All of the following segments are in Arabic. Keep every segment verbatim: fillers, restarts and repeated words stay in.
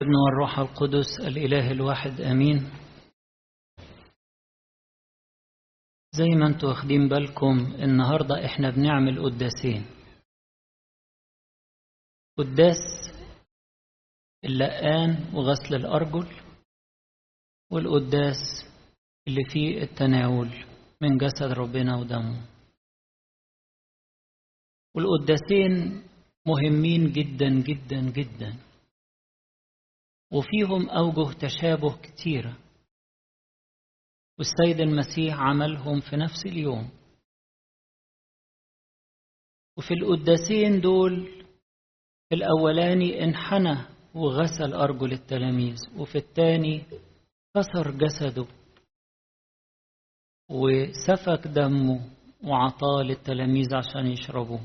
ابن والروح القدس الإله الواحد آمين. زي ما انتوا واخدين بالكم النهاردة احنا بنعمل قداسين، قداس اللقان وغسل الأرجل، والقداس اللي فيه التناول من جسد ربنا ودمه. والقداسين مهمين جدا جدا جدا، وفيهم أوجه تشابه كتيرة، والسيد المسيح عملهم في نفس اليوم. وفي القداسين دول الأولاني انحنى وغسل أرجل التلاميذ، وفي الثاني كسر جسده وسفك دمه وعطاه للتلاميذ عشان يشربوه.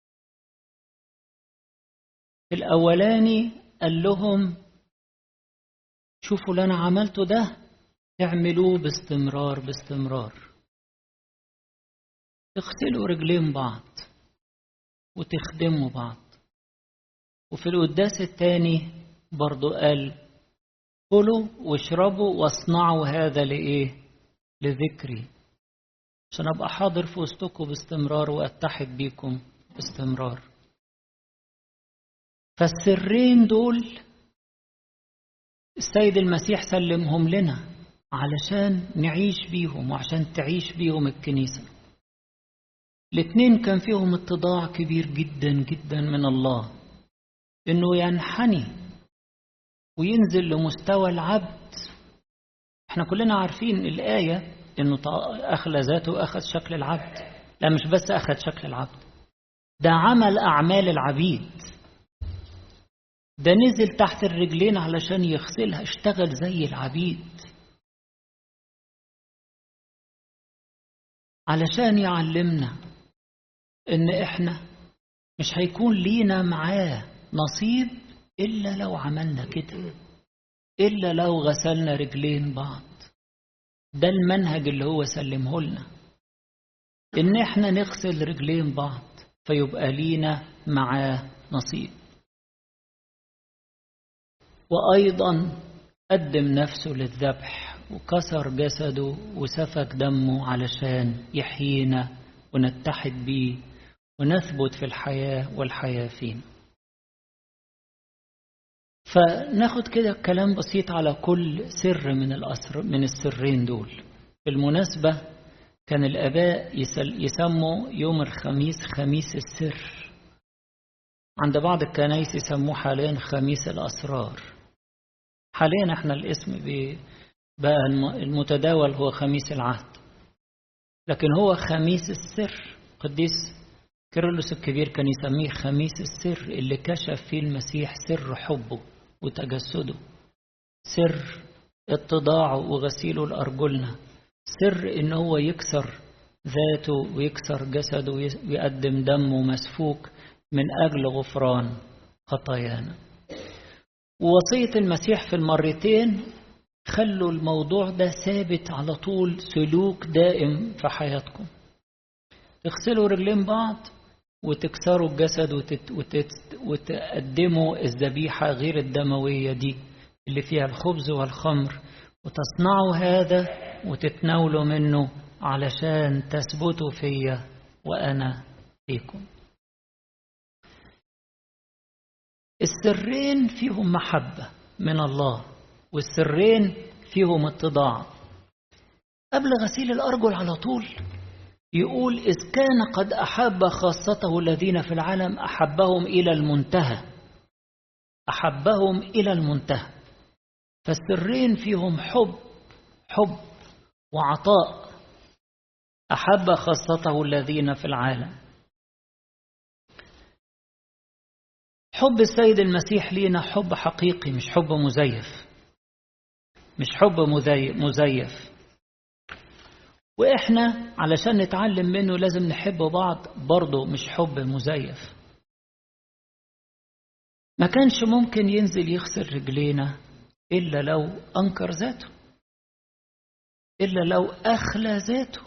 في الأولاني قال لهم شوفوا اللي أنا عملته ده تعملوه باستمرار باستمرار، تغسلوا رجلين بعض وتخدموا بعض. وفي القداس الثاني برضو قال كلوا واشربوا واصنعوا هذا لإيه؟ لذكري، عشان أبقى حاضر في وسطكم باستمرار وأتحد بيكم باستمرار. فالسرين دول السيد المسيح سلمهم لنا علشان نعيش بيهم وعشان تعيش بيهم الكنيسة. الاتنين كان فيهم اتضاع كبير جدا جدا من الله، إنه ينحني وينزل لمستوى العبد. احنا كلنا عارفين الآية إنه أخلى ذاته وأخذ شكل العبد. لا، مش بس أخذ شكل العبد، ده عمل أعمال العبيد، ده نزل تحت الرجلين علشان يغسلها، اشتغل زي العبيد علشان يعلمنا إن إحنا مش هيكون لينا معاه نصيب إلا لو عملنا كده، إلا لو غسلنا رجلين بعض. ده المنهج اللي هو سلمه لنا، إن إحنا نغسل رجلين بعض فيبقى لينا معاه نصيب. وأيضا قدم نفسه للذبح وكسر جسده وسفك دمه علشان يحيينا ونتحد بيه ونثبت في الحياة والحياة فينا. فناخد كده كلام بسيط على كل سر من الأسر من السرين دول. بالمناسبة كان الآباء يسموا يوم الخميس خميس السر، عند بعض الكنائس يسموه حاليا خميس الأسرار. حاليا احنا الاسم بقى المتداول هو خميس العهد، لكن هو خميس السر. قديس كيرلس الكبير كان يسميه خميس السر، اللي كشف فيه المسيح سر حبه وتجسده، سر اتضاعه وغسيله لأرجلنا، سر إن هو يكسر ذاته ويكسر جسده ويقدم دمه مسفوك من أجل غفران خطايانا. ووصية المسيح في المرتين خلوا الموضوع ده ثابت على طول، سلوك دائم في حياتكم. تغسلوا رجلين بعض وتكسروا الجسد وتت... وتت... وتقدموا الذبيحة غير الدموية دي اللي فيها الخبز والخمر، وتصنعوا هذا وتتناولوا منه علشان تثبتوا فيا وأنا فيكم. السرين فيهم محبة من الله، والسرين فيهم اتضاع. قبل غسيل الأرجل على طول يقول إذ كان قد أحب خاصته الذين في العالم أحبهم إلى المنتهى، أحبهم إلى المنتهى. فالسرين فيهم حب حب وعطاء. أحب خاصته الذين في العالم. حب السيد المسيح لينا حب حقيقي، مش حب مزيف، مش حب مزيف. وإحنا علشان نتعلم منه لازم نحب بعض برضه، مش حب مزيف. ما كانش ممكن ينزل يغسل رجلينا إلا لو أنكر ذاته، إلا لو أخلى ذاته.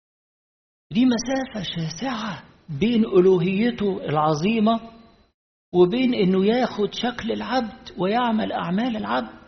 دي مسافة شاسعة بين ألوهيته العظيمة وبين إنه ياخد شكل العبد ويعمل أعمال العبد.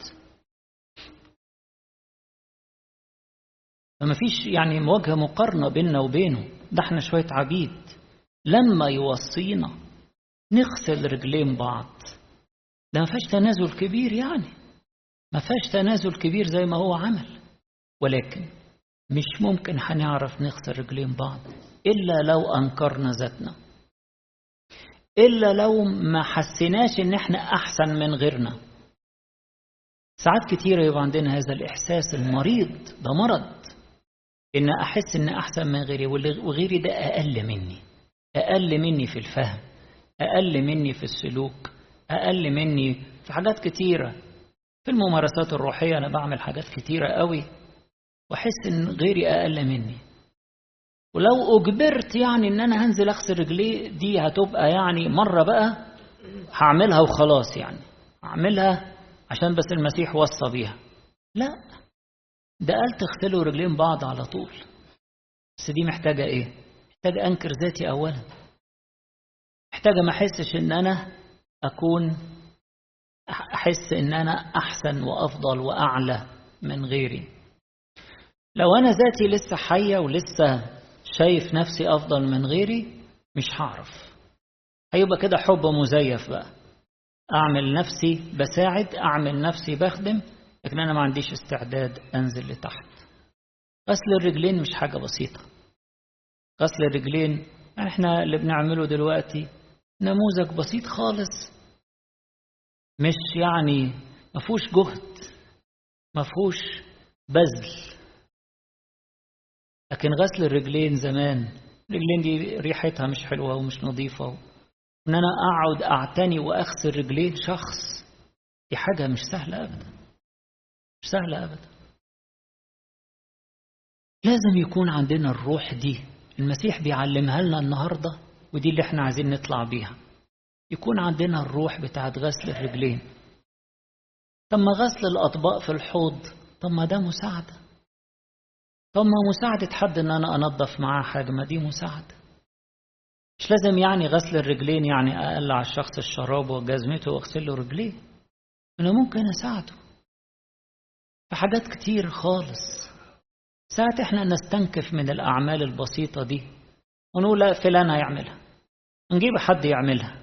فما فيش يعني مواجهة مقارنة بيننا وبينه، ده احنا شوية عبيد. لما يوصينا نغسل رجلين بعض، ده ما فيهاش تنازل كبير، يعني ما فيهاش تنازل كبير زي ما هو عمل. ولكن مش ممكن هنعرف نغسل رجلين بعض إلا لو أنكرنا ذاتنا، إلا لو ما حسيناش إن احنا أحسن من غيرنا. ساعات كتيرة يبقى عندنا هذا الإحساس المريض، ده مرض، إن أحس إن أحسن من غيري، وغيري ده أقل مني، أقل مني في الفهم، أقل مني في السلوك، أقل مني في حاجات كتيرة. في الممارسات الروحية أنا بعمل حاجات كتيرة قوي وأحس إن غيري أقل مني. ولو أجبرت يعني إن أنا هنزل أغسل رجلي، دي هتبقى يعني مرة بقى هعملها وخلاص، يعني هعملها عشان بس المسيح وصى بيها. لا، ده قال تغسلوا رجلين بعض على طول. بس دي محتاجة إيه؟ محتاجة أنكر ذاتي أولا، محتاجة ما أحسش إن أنا أكون أحس إن أنا أحسن وأفضل وأعلى من غيري. لو أنا ذاتي لسه حية ولسه شايف نفسي أفضل من غيري مش هعرف، هيبقى كده حب مزيف بقى، أعمل نفسي بساعد، أعمل نفسي بخدم، لكن أنا ما عنديش استعداد أنزل لتحت. غسل الرجلين مش حاجة بسيطة. غسل الرجلين يعني احنا اللي بنعمله دلوقتي نموذج بسيط خالص، مش يعني مفهوش جهد، مفهوش بذل. لكن غسل الرجلين زمان، الرجلين دي ريحتها مش حلوة ومش نظيفة، وإن أنا أقعد أعتني وأغسل رجلين شخص، دي حاجة مش سهلة أبدا، مش سهلة أبدا. لازم يكون عندنا الروح دي، المسيح بيعلمها لنا النهاردة، ودي اللي احنا عايزين نطلع بيها. يكون عندنا الروح بتاعت غسل الرجلين. طب ما غسل الأطباق في الحوض، طب ما ده مساعدة. طب ما مساعدة حد ان انا انظف معاه حاجة، ما دي مساعدة. مش لازم يعني غسل الرجلين يعني اقلع الشخص الشراب وجزمته واغسل له رجليه، انا ممكن اساعده في حاجات كتير خالص. ساعات احنا نستنكف من الاعمال البسيطة دي ونقول لا فلان هيعملها، نجيب حد يعملها.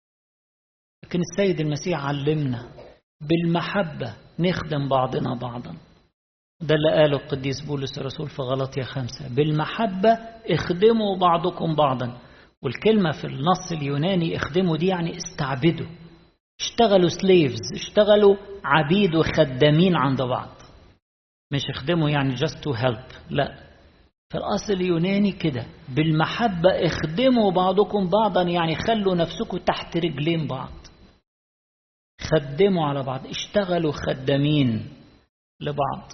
لكن السيد المسيح علمنا بالمحبة نخدم بعضنا بعضا. ده اللي قاله القديس بولس الرسول في غلطية خمسة، بالمحبة اخدموا بعضكم بعضا. والكلمة في النص اليوناني اخدموا دي يعني استعبدوا، اشتغلوا سليفز، اشتغلوا عبيد وخدامين عند بعض. مش اخدموا يعني just to help، لا، في الأصل اليوناني كده، بالمحبة اخدموا بعضكم بعضا يعني خلوا نفسكم تحت رجلين بعض، خدموا على بعض، اشتغلوا خدامين لبعض.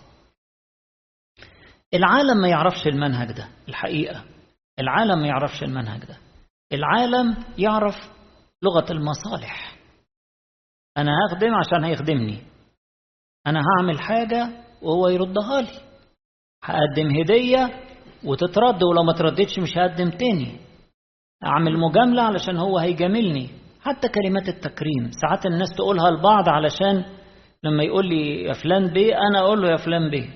العالم ما يعرفش المنهج ده، الحقيقة العالم ما يعرفش المنهج ده. العالم يعرف لغة المصالح، أنا هخدم عشان هيخدمني، أنا هعمل حاجة وهو يردها لي، هقدم هدية وتترد، ولو ما تردتش مش هقدم تاني، أعمل مجاملة علشان هو هيجاملني. حتى كلمات التكريم ساعات الناس تقولها لبعض علشان لما يقول لي يا فلان بيه أنا أقول له يا فلان بيه،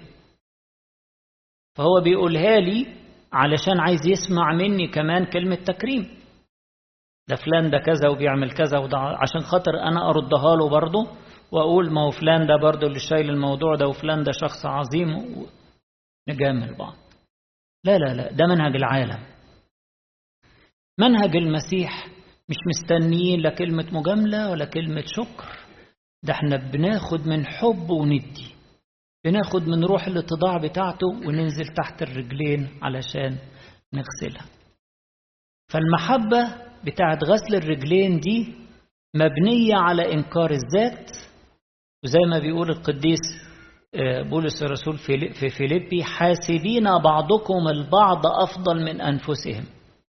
فهو بيقولها لي علشان عايز يسمع مني كمان كلمة تكريم، ده فلان ده كذا وبيعمل كذا، وده عشان خاطر أنا أردها له برضه وأقول ما هو فلان ده برضه اللي شايل الموضوع ده، وفلان ده شخص عظيم، ونجامل بعض. لا لا لا، ده منهج العالم. منهج المسيح مش مستنيين لا كلمة مجاملة ولا كلمة شكر، ده احنا بناخد من حب وندي، بناخد من روح الاتضاع بتاعته وننزل تحت الرجلين علشان نغسلها. فالمحبة بتاعت غسل الرجلين دي مبنية على إنكار الذات، وزي ما بيقول القديس بولس الرسول في فيليبي، حاسبين بعضكم البعض أفضل من أنفسهم.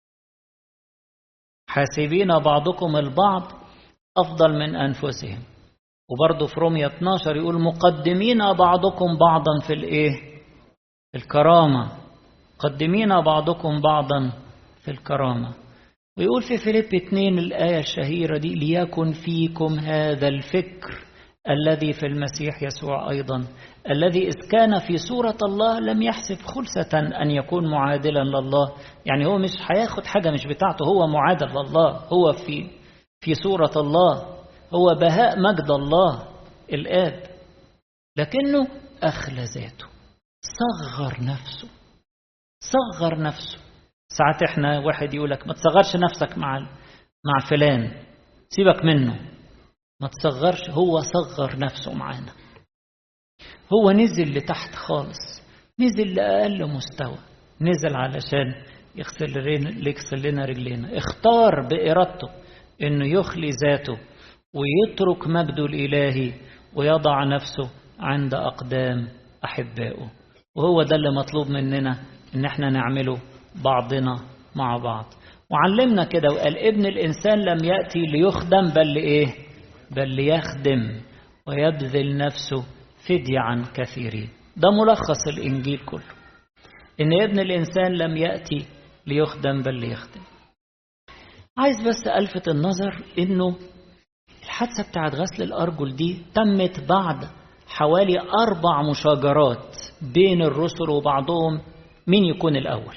حاسبين بعضكم البعض أفضل من أنفسهم. وبرضه في رومية اثناشر يقول مقدمين بعضكم بعضا في الإيه؟ الكرامة. مقدمين بعضكم بعضا في الكرامة. ويقول في فيليب اتنين الآية الشهيرة دي: ليكن فيكم هذا الفكر الذي في المسيح يسوع أيضا، الذي إذ كان في صورة الله لم يحسب خلسة أن يكون معادلا لله. يعني هو مش هياخد حاجة مش بتاعته، هو معادل لله، هو في في صورة الله، هو بهاء مجد الله الآب، لكنه أخلى ذاته، صغر نفسه، صغر نفسه. ساعات احنا واحد يقولك ما تصغرش نفسك مع مع فلان، سيبك منه، ما تصغرش. هو صغر نفسه معانا، هو نزل لتحت خالص، نزل لأقل مستوى، نزل علشان يغسل لنا رجلينا. اختار بإرادته انه يخلي ذاته ويترك مجده الإلهي ويضع نفسه عند أقدام أحبائه. وهو ده اللي مطلوب مننا ان احنا نعمله بعضنا مع بعض. وعلمنا كده وقال: ابن الإنسان لم يأتي ليخدم بل لإيه؟ بل ليخدم ويبذل نفسه فدية عن كثيرين. ده ملخص الإنجيل كله، إن ابن الإنسان لم يأتي ليخدم بل ليخدم. عايز بس ألفت النظر إنه الحادثة بتاعت غسل الأرجل دي تمت بعد حوالي أربع مشاجرات بين الرسل وبعضهم مين يكون الأول.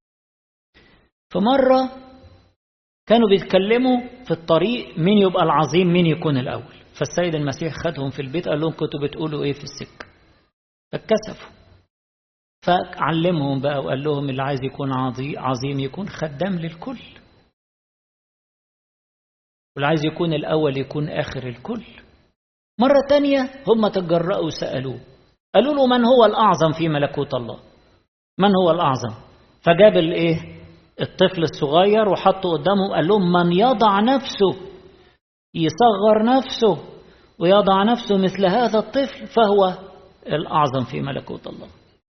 فمرة كانوا بيتكلموا في الطريق مين يبقى العظيم، مين يكون الأول. فالسيد المسيح خدهم في البيت قال لهم: كنتوا بتقولوا إيه في السكة؟ فاتكسفوا، فعلمهم بقى وقال لهم: اللي عايز يكون عظيم يكون خدام للكل، واللي عايز يكون الأول يكون آخر الكل. مرة تانية هم تجرأوا وسألوه، قالوا له: من هو الأعظم في ملكوت الله؟ من هو الأعظم؟ فجاب الإيه؟ الطفل الصغير وحطه قدامهم، قال لهم: من يضع نفسه، يصغر نفسه ويضع نفسه مثل هذا الطفل فهو الأعظم في ملكوت الله.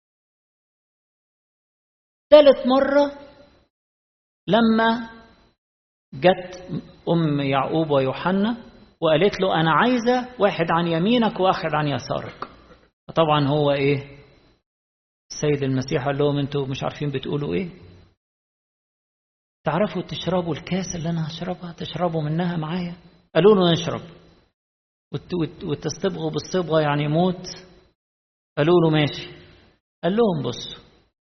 ثالث مرة لما جت أم يعقوب ويوحنا وقالت له: أنا عايزة واحد عن يمينك وواحد عن يسارك. طبعا هو إيه؟ السيد المسيح قال لهم: أنتوا مش عارفين بتقولوا إيه؟ تعرفوا تشربوا الكاس اللي أنا هشربها؟ تشربوا منها معايا؟ قالوا له: نشرب. وتستبغوا بالصبغة يعني موت؟ قالوا له: ماشي. قال لهم: بصوا،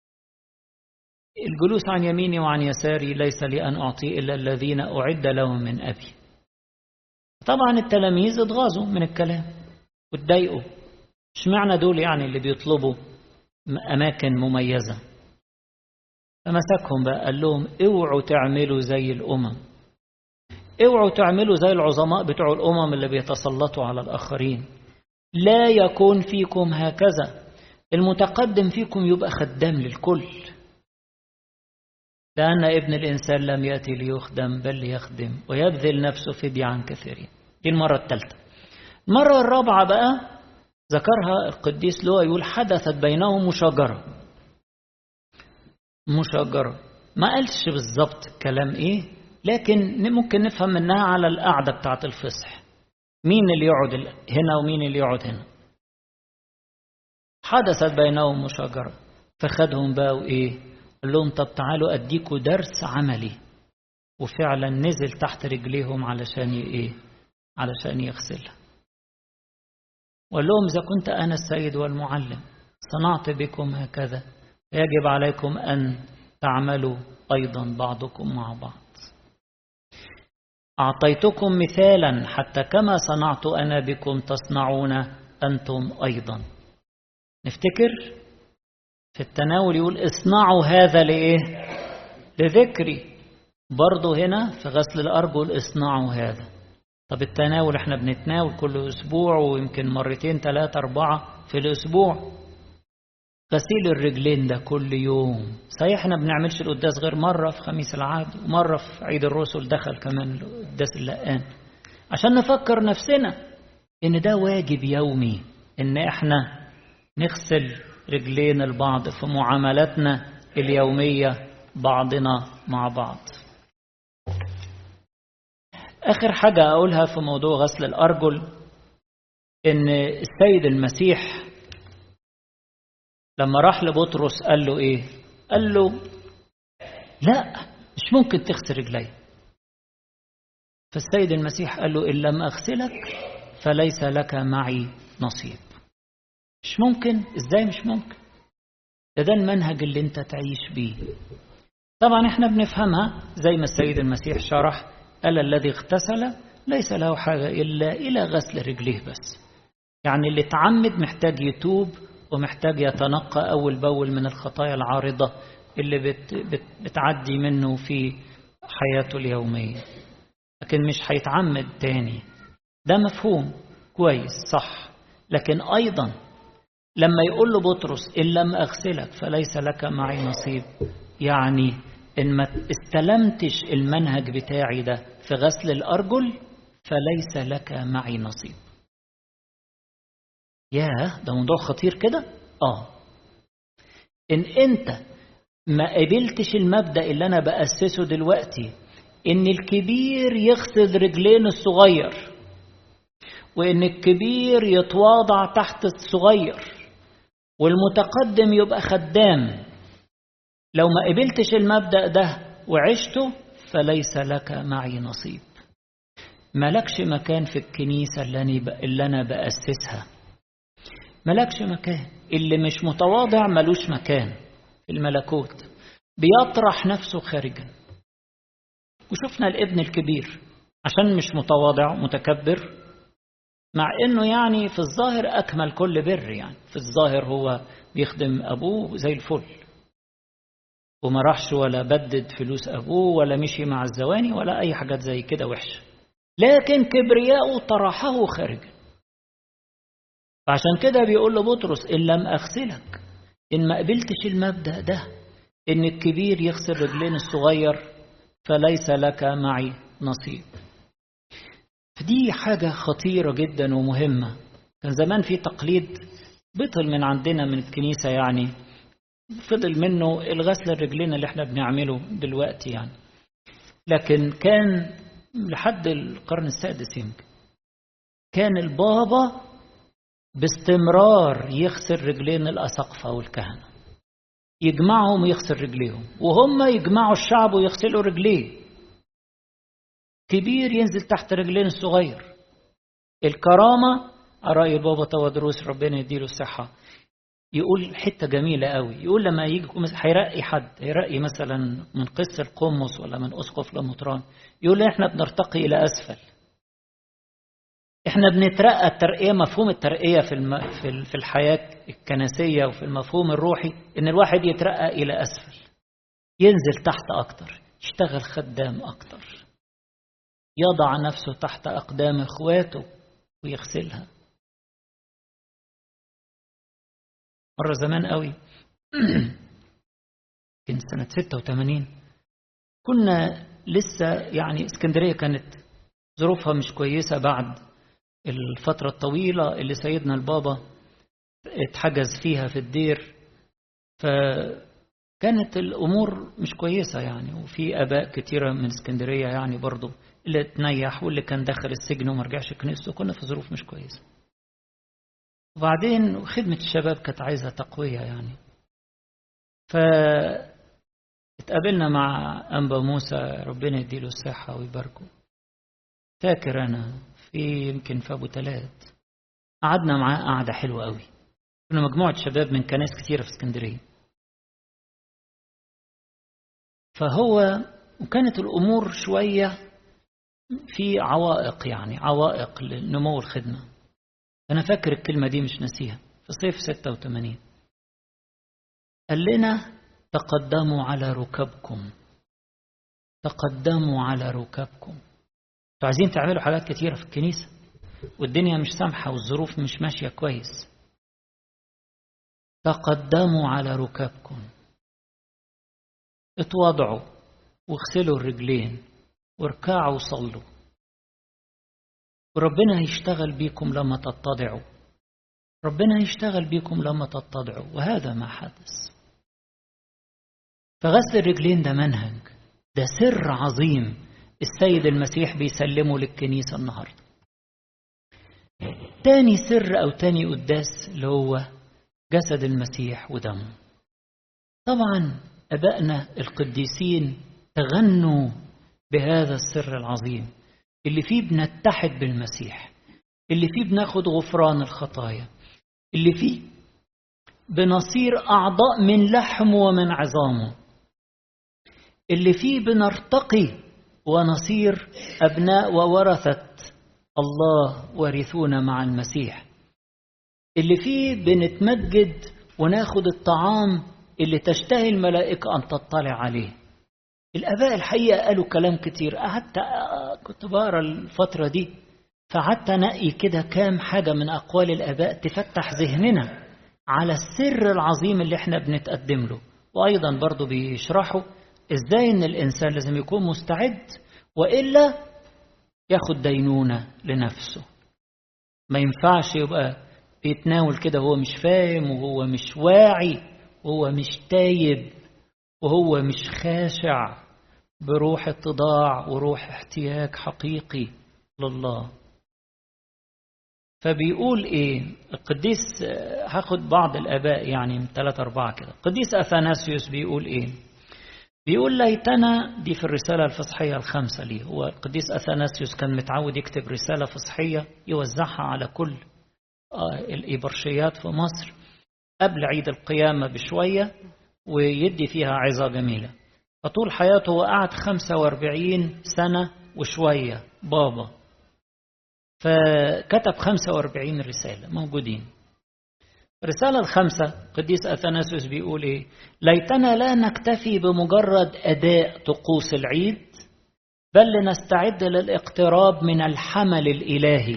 الجلوس عن يميني وعن يساري ليس لي أن أعطي إلا الذين أعد لهم من أبي. طبعا التلاميذ اتغاظوا من الكلام واتضايقوا، مش معنى دول يعني اللي بيطلبوا أماكن مميزة. فمسكهم بقى قال لهم: اوعوا تعملوا زي الأمم، اوعوا تعملوا زي العظماء بتوع الأمم اللي بيتسلطوا على الآخرين. لا يكون فيكم هكذا، المتقدم فيكم يبقى خدام للكل، لأن ابن الإنسان لم يأتي ليخدم بل ليخدم ويبذل نفسه فدية عن كثيرين. دي المرة الثالثة. المرة الرابعة بقى ذكرها القديس لوقا، يقول: حدثت بينهم مشاجرة. مشاجرة ما قالش بالضبط كلام إيه، لكن ممكن نفهم منها على القعدة بتاعة الفصح، مين اللي يقعد هنا ومين اللي يقعد هنا. حدثت بينهم مشاجرة، فخدهم بقى وإيه، قال لهم: طب تعالوا أديكوا درس عملي. وفعلا نزل تحت رجليهم علشان إيه، علشان يغسلها. وقال لهم: إذا كنت أنا السيد والمعلم صنعت بكم هكذا، يجب عليكم أن تعملوا أيضا بعضكم مع بعض. أعطيتكم مثالا حتى كما صنعت أنا بكم تصنعون أنتم أيضا. نفتكر في التناول يقول: اصنعوا هذا لإيه؟ لذكري. برضو هنا في غسل الأرجل اصنعوا هذا. طب التناول احنا بنتناول كل أسبوع ويمكن مرتين ثلاثة أربعة في الأسبوع. غسيل الرجلين ده كل يوم. صحيح احنا بنعملش القداس غير مرة في خميس العهد ومرة في عيد الرسل دخل كمان القداس اللقان، عشان نفكر نفسنا ان ده واجب يومي، ان احنا نغسل رجلين البعض في معاملاتنا اليومية بعضنا مع بعض. آخر حاجة أقولها في موضوع غسل الأرجل، إن السيد المسيح لما راح لبطرس قال له إيه؟ قال له: لا، مش ممكن تغسل رجلي. فالسيد المسيح قال له إن لم أغسلك فليس لك معي نصيب. مش ممكن. إزاي مش ممكن؟ ده ده المنهج اللي انت تعيش بيه. طبعا احنا بنفهمها زي ما السيد المسيح شرح، قال الذي اغتسل ليس له حاجة إلا إلى غسل رجليه بس. يعني اللي تعمد محتاج يتوب ومحتاج يتنقى أول بأول من الخطايا العارضة اللي بت بت بتعدي منه في حياته اليومية، لكن مش هيتعمد تاني. ده مفهوم كويس صح. لكن أيضا لما يقول له بطرس إن لم أغسلك فليس لك معي نصيب، يعني إن ما استلمتش المنهج بتاعي ده في غسل الأرجل فليس لك معي نصيب. ياه، ده موضوع خطير كده. آه إن أنت ما قبلتش المبدأ اللي أنا بأسسه دلوقتي، إن الكبير يغسل رجلين الصغير، وإن الكبير يتواضع تحت الصغير، والمتقدم يبقى خدام، لو ما قبلتش المبدأ ده وعشته فليس لك معي نصيب. ملكش مكان في الكنيسة اللي أنا بأسسها. ملكش مكان. اللي مش متواضع ملوش مكان في الملكوت، بيطرح نفسه خارجا. وشفنا الابن الكبير عشان مش متواضع متكبر، مع انه يعني في الظاهر اكمل كل بر، يعني في الظاهر هو بيخدم ابوه زي الفل، وما راحش ولا بدد فلوس ابوه ولا مشي مع الزواني ولا اي حاجات زي كده وحشه، لكن كبرياءه طرحه خارجا. فعشان كده بيقول له بطرس إن لم أغسلك، إن ما قبلتش المبدأ ده إن الكبير يغسل رجلين الصغير فليس لك معي نصيب. فدي حاجة خطيرة جدا ومهمة. كان زمان في تقليد بطل من عندنا من الكنيسة، يعني فضل منه الغسل الرجلين اللي احنا بنعمله دلوقتي يعني، لكن كان لحد القرن السادس يمكن كان البابا باستمرار يغسل رجلين الأساقفة والكهنة، يجمعهم ويغسل رجليهم، وهم يجمعوا الشعب ويغسلوا رجليه. كبير ينزل تحت رجلين الصغير. الكرامة رأي البابا تودروس ربنا يديله الصحة يقول حتة جميلة قوي، يقول لما يجي هيرقي حد، هيرقي مثلا من قس القمص ولا من أسقف لمطران، يقول احنا بنرتقي إلى أسفل. احنا بنترقى. الترقية، مفهوم الترقية في الم... في في الحياة الكنسية وفي المفهوم الروحي ان الواحد يترقى الى اسفل، ينزل تحت اكتر، يشتغل خدام اكتر، يضع نفسه تحت اقدام اخواته ويغسلها. مرة زمان قوي كان سنة ستة وثمانين، كنا لسه يعني اسكندرية كانت ظروفها مش كويسة بعد الفترة الطويلة اللي سيدنا البابا اتحجز فيها في الدير، فكانت الأمور مش كويسة يعني، وفي آباء كتيرة من اسكندرية يعني برضو اللي اتنيح واللي كان داخل السجن وما رجعش كنيسته، كنا في ظروف مش كويسة. وبعدين خدمة الشباب كانت عايزة تقوية يعني، فاتقابلنا مع أنبا موسى ربنا يديله الصحة ويباركه. فاكر أنا في يمكن في أبو تلات قعدنا معاه قعدة حلوة قوي، كنا مجموعة شباب من كنائس كتيرة في اسكندرية. فهو وكانت الأمور شوية في عوائق، يعني عوائق لنمو الخدمة. أنا فاكر الكلمة دي مش ناسيها، في صيف ستة وثمانين قال لنا تقدموا على ركبكم، تقدموا على ركبكم. انتوا عايزين تعملوا حاجات كتيرة في الكنيسة والدنيا مش سامحة والظروف مش ماشية كويس، تقدموا على ركبكم، اتواضعوا واغسلوا الرجلين واركعوا وصلوا، وربنا هيشتغل بيكم لما تتضعوا، ربنا هيشتغل بيكم لما تتضعوا، وهذا ما حدث. فغسل الرجلين ده منهج، ده سر عظيم السيد المسيح بيسلمه للكنيسة النهاردة. تاني سر أو تاني قداس اللي هو جسد المسيح ودمه. طبعا أبائنا القديسين تغنوا بهذا السر العظيم، اللي فيه بنتحد بالمسيح، اللي فيه بناخد غفران الخطايا، اللي فيه بنصير أعضاء من لحم ومن عظامه، اللي فيه بنرتقي ونصير أبناء وورثة الله وارثون مع المسيح، اللي فيه بنتمجد وناخد الطعام اللي تشتهي الملائكة أن تطلع عليه. الآباء الحقيقة قالوا كلام كتير، قعدت كنت بقرا الفترة دي فقعدت أنقي كده كام حاجة من أقوال الآباء تفتح ذهننا على السر العظيم اللي احنا بنتقدم له. وأيضا برضو بيشرحوا إزاي إن الإنسان لازم يكون مستعد، وإلا ياخد دينونة لنفسه. ما ينفعش يبقى بيتناول كده هو مش فاهم وهو مش واعي وهو مش تايب وهو مش خاشع بروح اتضاع وروح احتياج حقيقي لله. فبيقول ايه القديس، هاخد بعض الآباء يعني من ثلاثة أربعة كده. القديس أثناسيوس بيقول ايه؟ بيقول ليتنا، دي في الرسالة الفصحية الخمسة ليه. هو القديس أثناسيوس كان متعود يكتب رسالة فصحية يوزعها على كل الإبرشيات في مصر قبل عيد القيامة بشوية ويدي فيها عظة جميلة. فطول حياته هو قعد خمسة وأربعين سنة وشوية بابا، فكتب خمسة وأربعين رسالة موجودين. الرسالة الخمسة قديس أثناسيوس بيقول إيه؟ ليتنا لا نكتفي بمجرد أداء طقوس العيد، بل لنستعد للاقتراب من الحمل الإلهي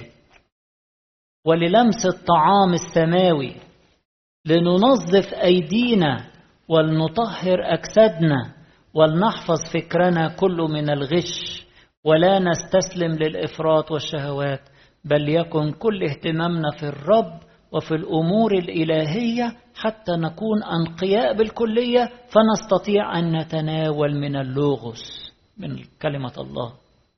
وللمس الطعام السماوي، لننظف أيدينا ولنطهر أجسادنا ولنحفظ فكرنا كله من الغش، ولا نستسلم للإفراط والشهوات، بل يكن كل اهتمامنا في الرب وفي الأمور الإلهية حتى نكون أنقياء بالكلية، فنستطيع أن نتناول من اللوغوس، من كلمة الله.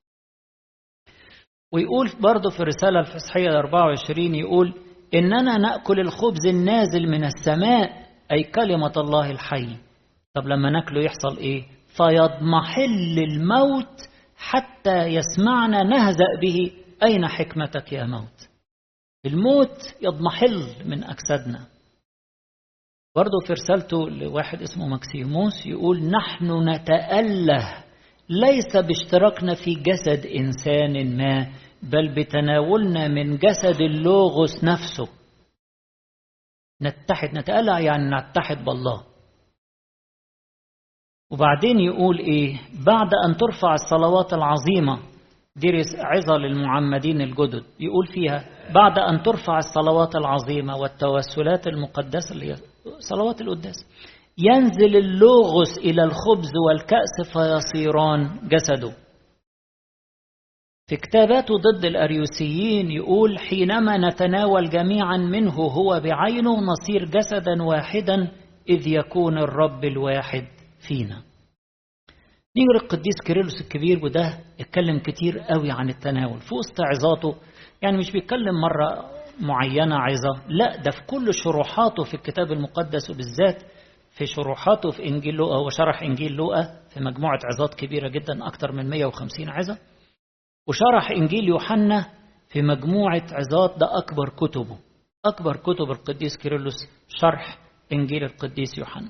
ويقول برضو في الرسالة الفصحية أربعة وعشرين، يقول إننا نأكل الخبز النازل من السماء، أي كلمة الله الحي. طب لما نأكله يحصل إيه؟ فيضمحل الموت حتى يسمعنا نهزأ به، أين حكمتك يا موت؟ الموت يضمحل من أجسادنا. برضو في رسالته لواحد اسمه مكسيموس يقول نحن نتأله ليس باشتراكنا في جسد إنسان ما، بل بتناولنا من جسد اللوغوس نفسه. نتحد، نتأله يعني نتحد بالله. وبعدين يقول إيه؟ بعد أن ترفع الصلوات العظيمة، دي عظة للمعمدين الجدد، يقول فيها بعد أن ترفع الصلوات العظيمة والتوسلات المقدسة اللي هي صلوات القداس، ينزل اللوغوس إلى الخبز والكأس فيصيران جسده. في كتاباته ضد الأريوسيين يقول حينما نتناول جميعا منه هو بعينه نصير جسدا واحدا، إذ يكون الرب الواحد فينا. نيجي القديس كيرلس الكبير، وده اتكلم كتير قوي عن التناول في وسط عظاته، يعني مش بيتكلم مرة معينة عظة، لا ده في كل شروحاته في الكتاب المقدس، وبالذات في شروحاته في إنجيل لوقا. هو شرح إنجيل لوقا في مجموعة عظات كبيرة جدا أكتر من مئة وخمسين عظة، وشرح إنجيل يوحنا في مجموعة عظات، ده أكبر كتبه، أكبر كتب القديس كيرلس شرح إنجيل القديس يوحنا.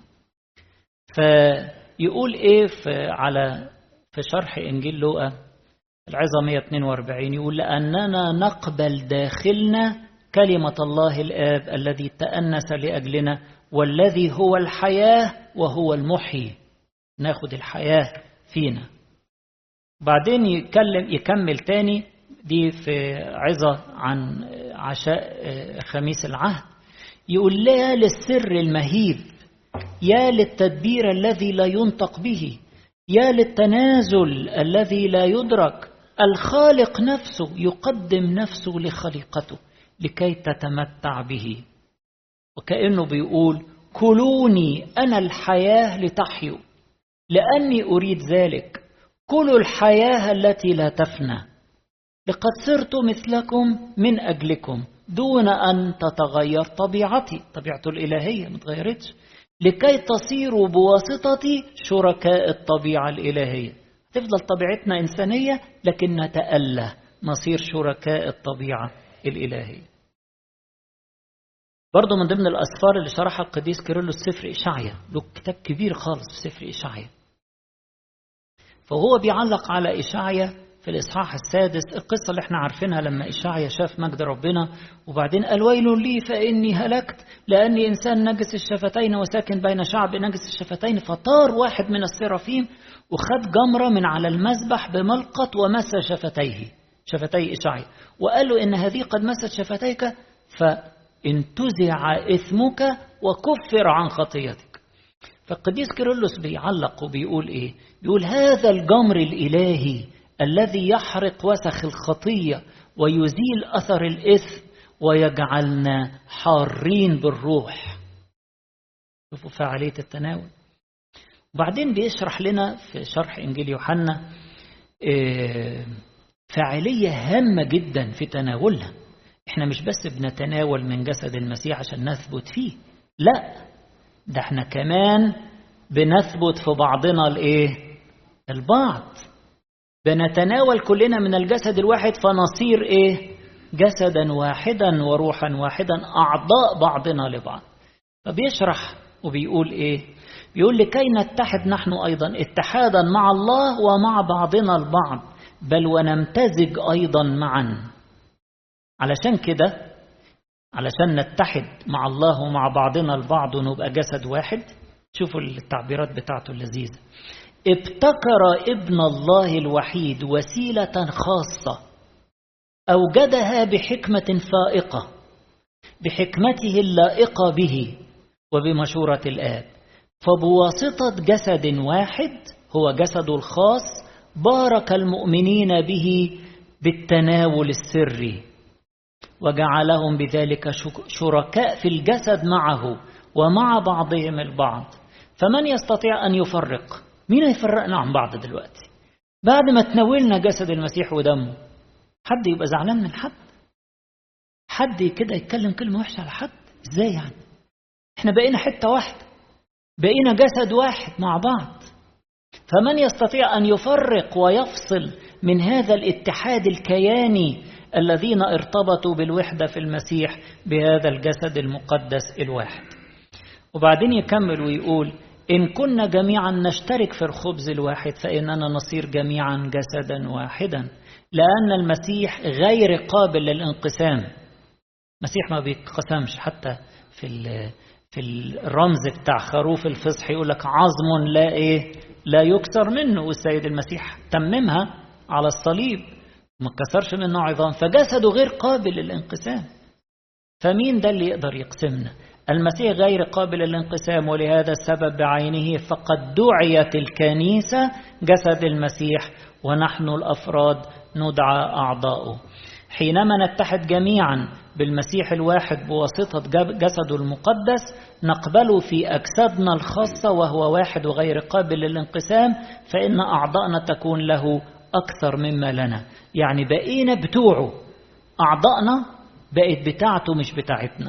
فيقول إيه في على في شرح إنجيل لوقا العظة مئة واثنين وأربعين، يقول لأننا نقبل داخلنا كلمة الله الآب الذي تأنس لأجلنا والذي هو الحياة وهو المحيي، ناخد الحياة فينا. بعدين يتكلم يكمل تاني، دي في عظة عن عشاء خميس العهد، يقول لا للسر المهيب، يا للتدبير الذي لا ينطق به، يا للتنازل الذي لا يدرك. الخالق نفسه يقدم نفسه لخليقته لكي تتمتع به، وكأنه بيقول كلوني أنا الحياة لتحيوا، لأني أريد ذلك. كلوا الحياة التي لا تفنى، لقد صرت مثلكم من أجلكم دون أن تتغير طبيعتي، طبيعته الإلهية ما تغيرتش، لكي تصيروا بواسطتي شركاء الطبيعة الإلهية. تفضل طبيعتنا إنسانية لكن نتأله، نصير شركاء الطبيعة الإلهية. برضو من ضمن الأسفار اللي شرحها القديس كيرلس سفر إشعيا، له كتاب كبير خالص سفر إشعيا، فهو بيعلق على إشعيا في الإصحاح السادس القصة اللي احنا عارفينها لما إشعيا شاف مجد ربنا وبعدين قال ويل لي فإني هلكت لأني إنسان نجس الشفتين وساكن بين شعب نجس الشفتين. فطار واحد من السرافيم وخد جمرة من على المذبح بملقط ومس شفتيه شفتي إشعيا وقال له إن هذه قد مست شفتيك فانتزع إثمك وكفر عن خطيتك. فالقديس كيرلس بيعلق وبيقول إيه؟ بيقول هذا الجمر الإلهي الذي يحرق وسخ الخطية ويزيل أثر الإثم ويجعلنا حارين بالروح. شوفوا فعالية التناول. وبعدين بيشرح لنا في شرح إنجيل يوحنا فعالية هامة جدا في تناولها. احنا مش بس بنتناول من جسد المسيح عشان نثبت فيه، لا، ده احنا كمان بنثبت في بعضنا الايه البعض. بنتناول كلنا من الجسد الواحد فنصير ايه جسدا واحدا وروحا واحدا، اعضاء بعضنا لبعض. فبيشرح وبيقول ايه؟ بيقول لكي نتحد نحن ايضا اتحادا مع الله ومع بعضنا البعض، بل ونمتزج ايضا معا. علشان كده، علشان نتحد مع الله ومع بعضنا البعض ونبقى جسد واحد، شوفوا التعبيرات بتاعته اللذيذة. ابتكر ابن الله الوحيد وسيلة خاصة أوجدها بحكمة فائقة، بحكمته اللائقة به وبمشورة الآب، فبواسطة جسد واحد هو جسده الخاص بارك المؤمنين به بالتناول السري وجعلهم بذلك شركاء في الجسد معه ومع بعضهم البعض. فمن يستطيع أن يفرق؟ مين يفرقنا عن بعض دلوقتي بعد ما تناولنا جسد المسيح ودمه؟ حد يبقى زعلان من حد؟ حد كده يتكلم كلمة وحشة على حد؟ ازاي يعني؟ احنا بقينا حتة واحدة، بقينا جسد واحد مع بعض. فمن يستطيع أن يفرق ويفصل من هذا الاتحاد الكياني الذين ارتبطوا بالوحدة في المسيح بهذا الجسد المقدس الواحد؟ وبعدين يكمل ويقول إن كنا جميعا نشترك في الخبز الواحد فإننا نصير جميعا جسدا واحدا، لأن المسيح غير قابل للانقسام. المسيح ما بيتقسمش، حتى في في الرمز بتاع خروف الفصح يقول لك عظم لا إيه لا يكسر منه، والسيد المسيح تممها على الصليب ما كسرش منه عظام، فجسده غير قابل للانقسام. فمين ده اللي يقدر يقسمنا؟ المسيح غير قابل للانقسام، ولهذا السبب بعينه فقد دعيت الكنيسة جسد المسيح ونحن الأفراد ندعى أعضاؤه. حينما نتحد جميعا بالمسيح الواحد بواسطة جسده المقدس نقبله في أجسادنا الخاصة وهو واحد وغير قابل للانقسام، فإن أعضاءنا تكون له أكثر مما لنا. يعني بقينا بتوعه، أعضاءنا بقت بتاعته مش بتاعتنا.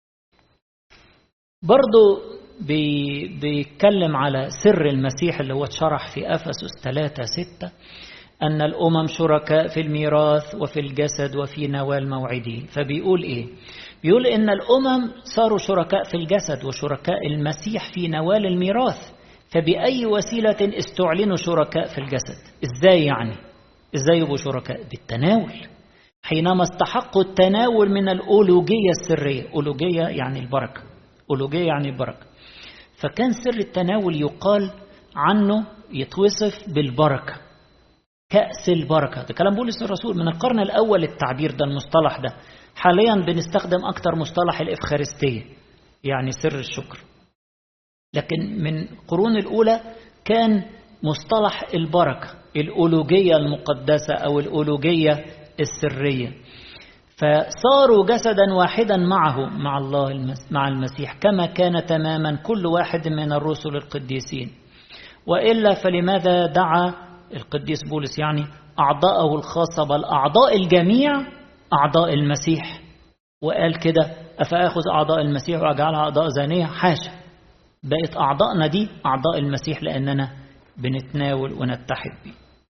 برضو بي بيتكلم على سر المسيح اللي هو اتشرح في أفسس ثلاثة ستة، أن الأمم شركاء في الميراث وفي الجسد وفي نوال موعده. فبيقول إيه؟ بيقول إن الأمم صاروا شركاء في الجسد وشركاء المسيح في نوال الميراث، فبأي وسيلة استعلنوا شركاء في الجسد؟ إزاي يعني؟ إزاي يبقوا شركاء؟ بالتناول. حينما استحقوا التناول من الأولوجية السرية، أولوجية يعني البركة، أولوجية يعني البركة. فكان سر التناول يقال عنه يتوصف بالبركة، كأس البركة. ده كلام بولس الرسول من القرن الأول التعبير ده، المصطلح ده. حاليا بنستخدم أكتر مصطلح الإفخارستية، يعني سر الشكر، لكن من القرون الأولى كان مصطلح البركة، الأولوجية المقدسة أو الأولوجية السرية. فصاروا جسدا واحدا معه، مع الله مع المسيح، كما كان تماما كل واحد من الرسل القديسين. وإلا فلماذا دعا القديس بولس يعني أعضاءه الخاصة بل أعضاء الجميع أعضاء المسيح؟ وقال كده أفأخذ أعضاء المسيح وأجعلها أعضاء زانية؟ حاشا، بقت أعضاءنا دي أعضاء المسيح لأننا بنتناول ونتحد به.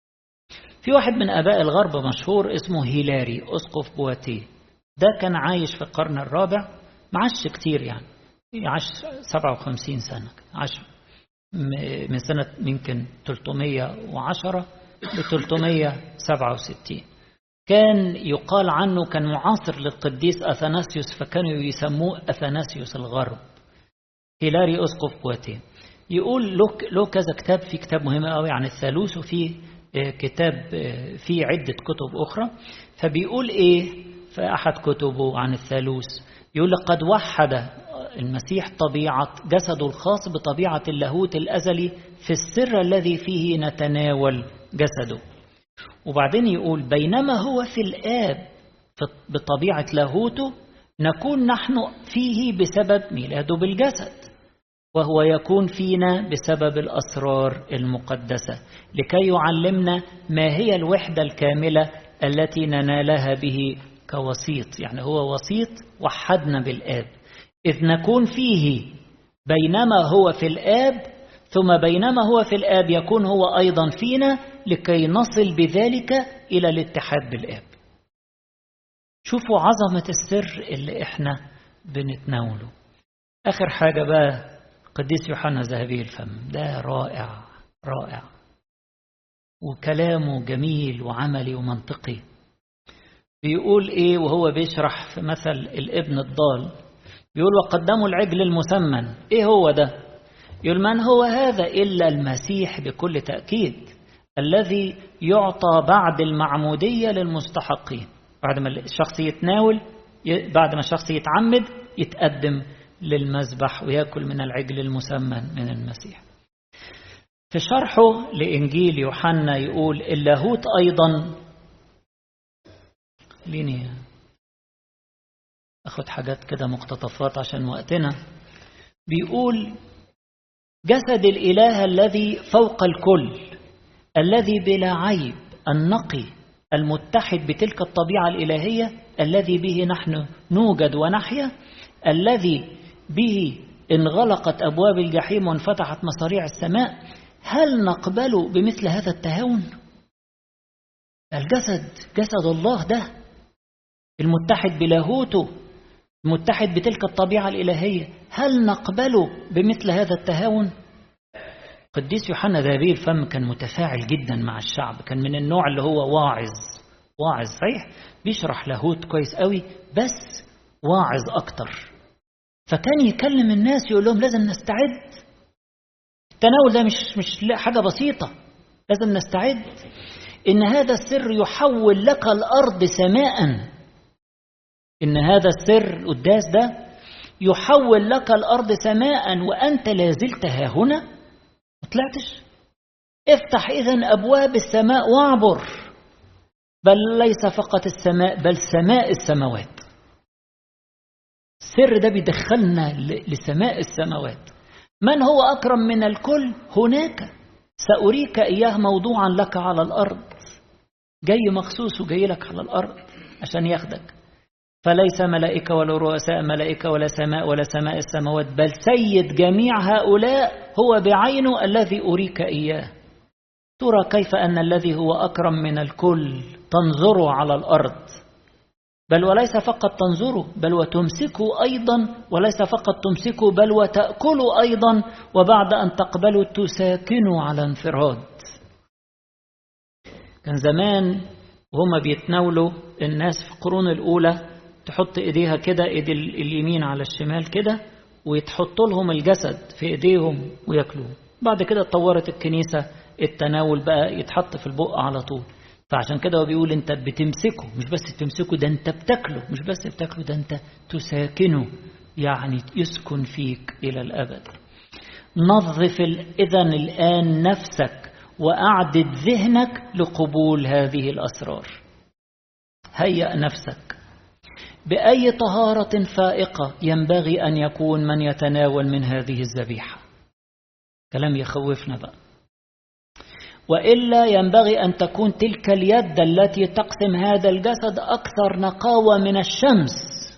في واحد من آباء الغرب مشهور اسمه هيلاري أسقف بواتيه، ده كان عايش في القرن الرابع، معاش كتير يعني، عاش سبعة وخمسين سنة، عاش من سنة يمكن ثلاثمائة وعشرة ل ثلاثمائة وسبعة وستين. كان يقال عنه كان معاصر للقديس أثناسيوس، فكانوا يسموه أثناسيوس الغرب. هيلاري أسقف بواتيه يقول له له كذا كتاب، في كتاب مهم قوي عن الثالوث، وفي كتاب في عدة كتب أخرى. فبيقول إيه في أحد كتبه عن الثالوث؟ يقول لقد وحد المسيح طبيعة جسده الخاص بطبيعة اللاهوت الأزلي في السر الذي فيه نتناول جسده. وبعدين يقول بينما هو في الآب بطبيعة لاهوته، نكون نحن فيه بسبب ميلاده بالجسد، وهو يكون فينا بسبب الأسرار المقدسة، لكي يعلمنا ما هي الوحدة الكاملة التي ننالها به كوسيط. يعني هو وسيط وحدنا بالآب، إذ نكون فيه بينما هو في الآب، ثم بينما هو في الآب يكون هو أيضا فينا، لكي نصل بذلك إلى الاتحاد بالآب. شوفوا عظمة السر اللي احنا بنتناوله. آخر حاجة بقى قديس يوحنا ذهبي الفم، ده رائع رائع، وكلامه جميل وعملي ومنطقي. بيقول إيه وهو بيشرح في مثل الابن الضال؟ بيقول وقدموا العجل المسمن. إيه هو ده؟ يقول من هو هذا إلا المسيح بكل تأكيد، الذي يعطى بعد المعمودية للمستحقين. بعد ما الشخص يتناول، بعد ما الشخص يتعمد، يتقدم للمذبح ويأكل من العجل المسمن من المسيح. في شرحه لإنجيل يوحنا يقول اللاهوت أيضا، ليني أخذ حاجات كده مقتطفات عشان وقتنا. بيقول جسد الإله الذي فوق الكل، الذي بلا عيب، النقي، المتحد بتلك الطبيعة الإلهية، الذي به نحن نوجد ونحيا، الذي به انغلقت أبواب الجحيم وانفتحت مصاريع السماء. هل نقبل بمثل هذا التهاون؟ الجسد جسد الله ده المتحد بلاهوته، المتحد بتلك الطبيعة الإلهية، هل نقبل بمثل هذا التهاون؟ قديس يوحنا ذهبي الفم كان متفاعل جدا مع الشعب، كان من النوع اللي هو واعظ واعظ صحيح، بيشرح لاهوت كويس قوي بس واعظ أكتر. فكان يكلم الناس يقول لهم لازم نستعد، التناول ده مش مش حاجة بسيطة، لازم نستعد. إن هذا السر يحول لك الأرض سماء، إن هذا السر القداس ده يحول لك الأرض سماء، وأنت لازلت ها هنا ما طلعتش. افتح إذن أبواب السماء واعبر، بل ليس فقط السماء بل سماء السماوات. السر ده بيدخلنا لسماء السماوات. من هو أكرم من الكل؟ هناك سأريك إياه موضوعا لك على الأرض، جاي مخصوص وجاي لك على الأرض عشان ياخدك. فليس ملائكة ولا رؤساء ملائكة ولا سماء ولا سماء السماوات، بل سيد جميع هؤلاء هو بعينه الذي أريك إياه. ترى كيف أن الذي هو أكرم من الكل تنظر على الأرض، بل وليس فقط تنظروا بل وتمسكوا أيضا، وليس فقط تمسكوا بل وتأكلوا أيضا، وبعد أن تقبلوا تساكنوا على انفراد. كان زمان وهم بيتناولوا الناس في القرون الأولى تحط إيديها كده، إيد اليمين على الشمال كده، ويتحط لهم الجسد في إيديهم ويأكلوه. بعد كده اتطورت الكنيسة، التناول بقى يتحط في البق على طول. فعشان كده هو بيقول انت بتمسكه، مش بس تمسكه، ده انت بتاكله، مش بس بتاكله، ده انت تساكنه، يعني يسكن فيك إلى الأبد. نظف إذن الآن نفسك وأعدد ذهنك لقبول هذه الأسرار. هيئ نفسك بأي طهارة فائقة ينبغي أن يكون من يتناول من هذه الذبيحة. كلام يخوفنا بقى. وإلا ينبغي أن تكون تلك اليد التي تقسم هذا الجسد أكثر نقاوة من الشمس،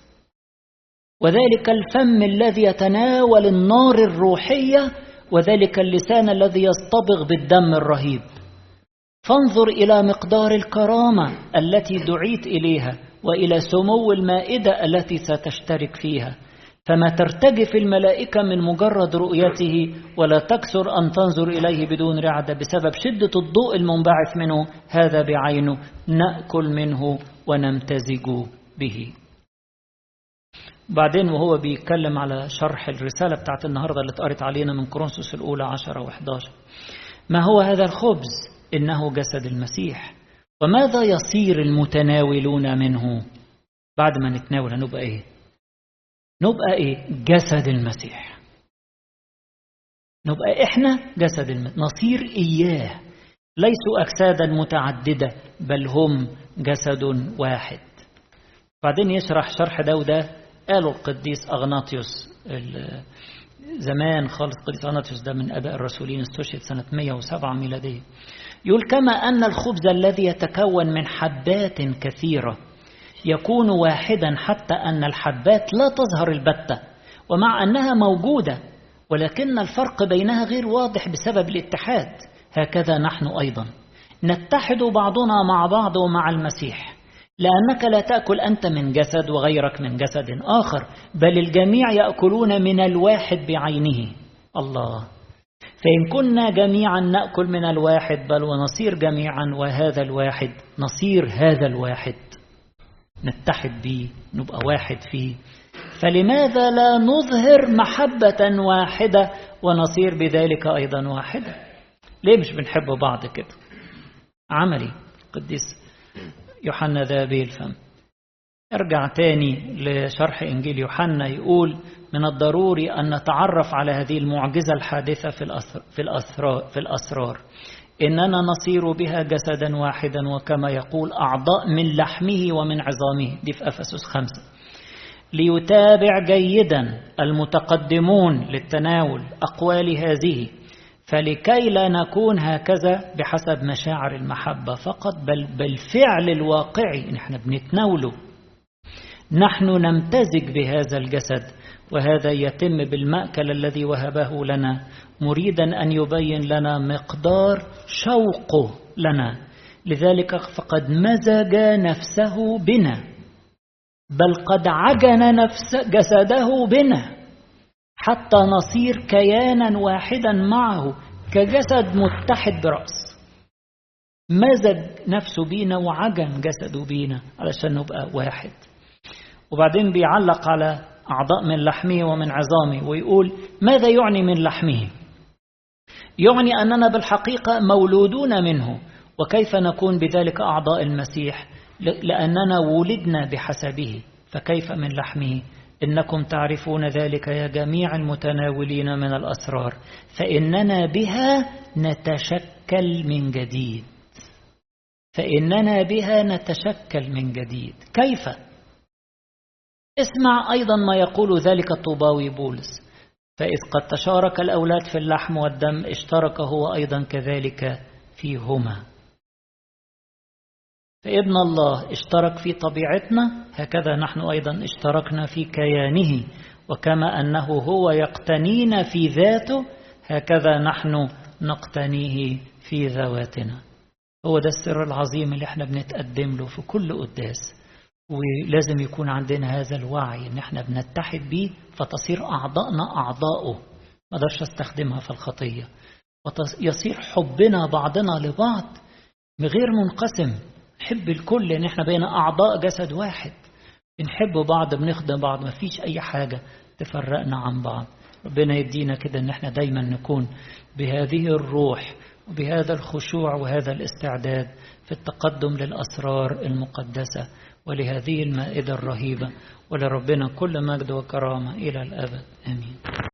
وذلك الفم الذي يتناول النار الروحية، وذلك اللسان الذي يصطبغ بالدم الرهيب. فانظر إلى مقدار الكرامة التي دعيت إليها وإلى سمو المائدة التي ستشترك فيها، فما ترتجف الملائكة من مجرد رؤيته، ولا تكسر أن تنظر إليه بدون رعدة بسبب شدة الضوء المنبعث منه، هذا بعينه نأكل منه ونمتزج به. بعدين وهو بيتكلم على شرح الرسالة بتاعت النهاردة اللي اتقرت علينا من كورنثوس الأولى عشرة وإحداشر، ما هو هذا الخبز؟ إنه جسد المسيح. وماذا يصير المتناولون منه؟ بعد ما نتناول هنبقى إيه؟ نبقى إيه؟ جسد المسيح. نبقى إحنا جسد المسيح، نصير إياه، ليسوا أجسادا متعددة بل هم جسد واحد. بعدين يشرح شرح ده وده قالوا القديس أغناطيوس زمان خالص. القديس أغناطيوس ده من أباء الرسولين، استشهد سنة مئة وسبعة ميلادية. يقول كما أن الخبز الذي يتكون من حبات كثيرة يكون واحدا حتى أن الحبات لا تظهر البتة، ومع أنها موجودة ولكن الفرق بينها غير واضح بسبب الاتحاد، هكذا نحن أيضا نتحد بعضنا مع بعض ومع المسيح، لأنك لا تأكل أنت من جسد وغيرك من جسد آخر، بل الجميع يأكلون من الواحد بعينه الله. فإن كنا جميعا نأكل من الواحد بل ونصير جميعا وهذا الواحد، نصير هذا الواحد، نتحد به، نبقى واحد فيه. فلماذا لا نظهر محبة واحدة ونصير بذلك أيضا واحدة؟ ليه مش بنحب بعض كده؟ عملي قديس يوحنا ذهبي الفم ارجع تاني لشرح إنجيل يوحنا، يقول من الضروري أن نتعرف على هذه المعجزة الحادثة في الأسرار, في الأسرار, في الأسرار إننا نصير بها جسدا واحدا، وكما يقول أعضاء من لحمه ومن عظامه، دي في أفسس خمسة. ليتابع جيدا المتقدمون للتناول أقوال هذه، فلكي لا نكون هكذا بحسب مشاعر المحبة فقط، بل بالفعل الواقعي نحن بنتناوله، نحن نمتزج بهذا الجسد، وهذا يتم بالمأكل الذي وهبه لنا، مريدا أن يبين لنا مقدار شوقه لنا، لذلك فقد مزج نفسه بنا، بل قد عجن نفس جسده بنا حتى نصير كيانا واحدا معه كجسد متحد برأس. مزج نفسه بينا وعجن جسده بينا علشان نبقى واحد. وبعدين بيعلق على أعضاء من لحمه ومن عظامه ويقول ماذا يعني من لحمه؟ يعني أننا بالحقيقة مولودون منه، وكيف نكون بذلك أعضاء المسيح؟ لأننا ولدنا بحسبه، فكيف من لحمه؟ إنكم تعرفون ذلك يا جميع المتناولين من الأسرار، فإننا بها نتشكل من جديد. فإننا بها نتشكل من جديد. كيف؟ اسمع أيضا ما يقول ذلك الطوباوي بولس، فإذ قد تشارك الأولاد في اللحم والدم اشترك هو أيضا كذلك فيهما. فابن الله اشترك في طبيعتنا، هكذا نحن أيضا اشتركنا في كيانه، وكما أنه هو يقتنينا في ذاته هكذا نحن نقتنيه في ذواتنا. هو ده السر العظيم اللي احنا بنتقدم له في كل قداس، ولازم يكون عندنا هذا الوعي ان احنا بنتحد بيه فتصير أعضاءنا أعضاؤه، ما قدرش استخدمها في الخطية، ويصير حبنا بعضنا لبعض غير منقسم، نحب الكل ان احنا بين أعضاء جسد واحد، بنحب بعض، بنخدم بعض، ما فيش أي حاجة تفرقنا عن بعض. ربنا يدينا كده ان احنا دايما نكون بهذه الروح وبهذا الخشوع وهذا الاستعداد في التقدم للأسرار المقدسة ولهذه المائدة الرهيبة، ولربنا كل مجد وكرامة إلى الأبد آمين.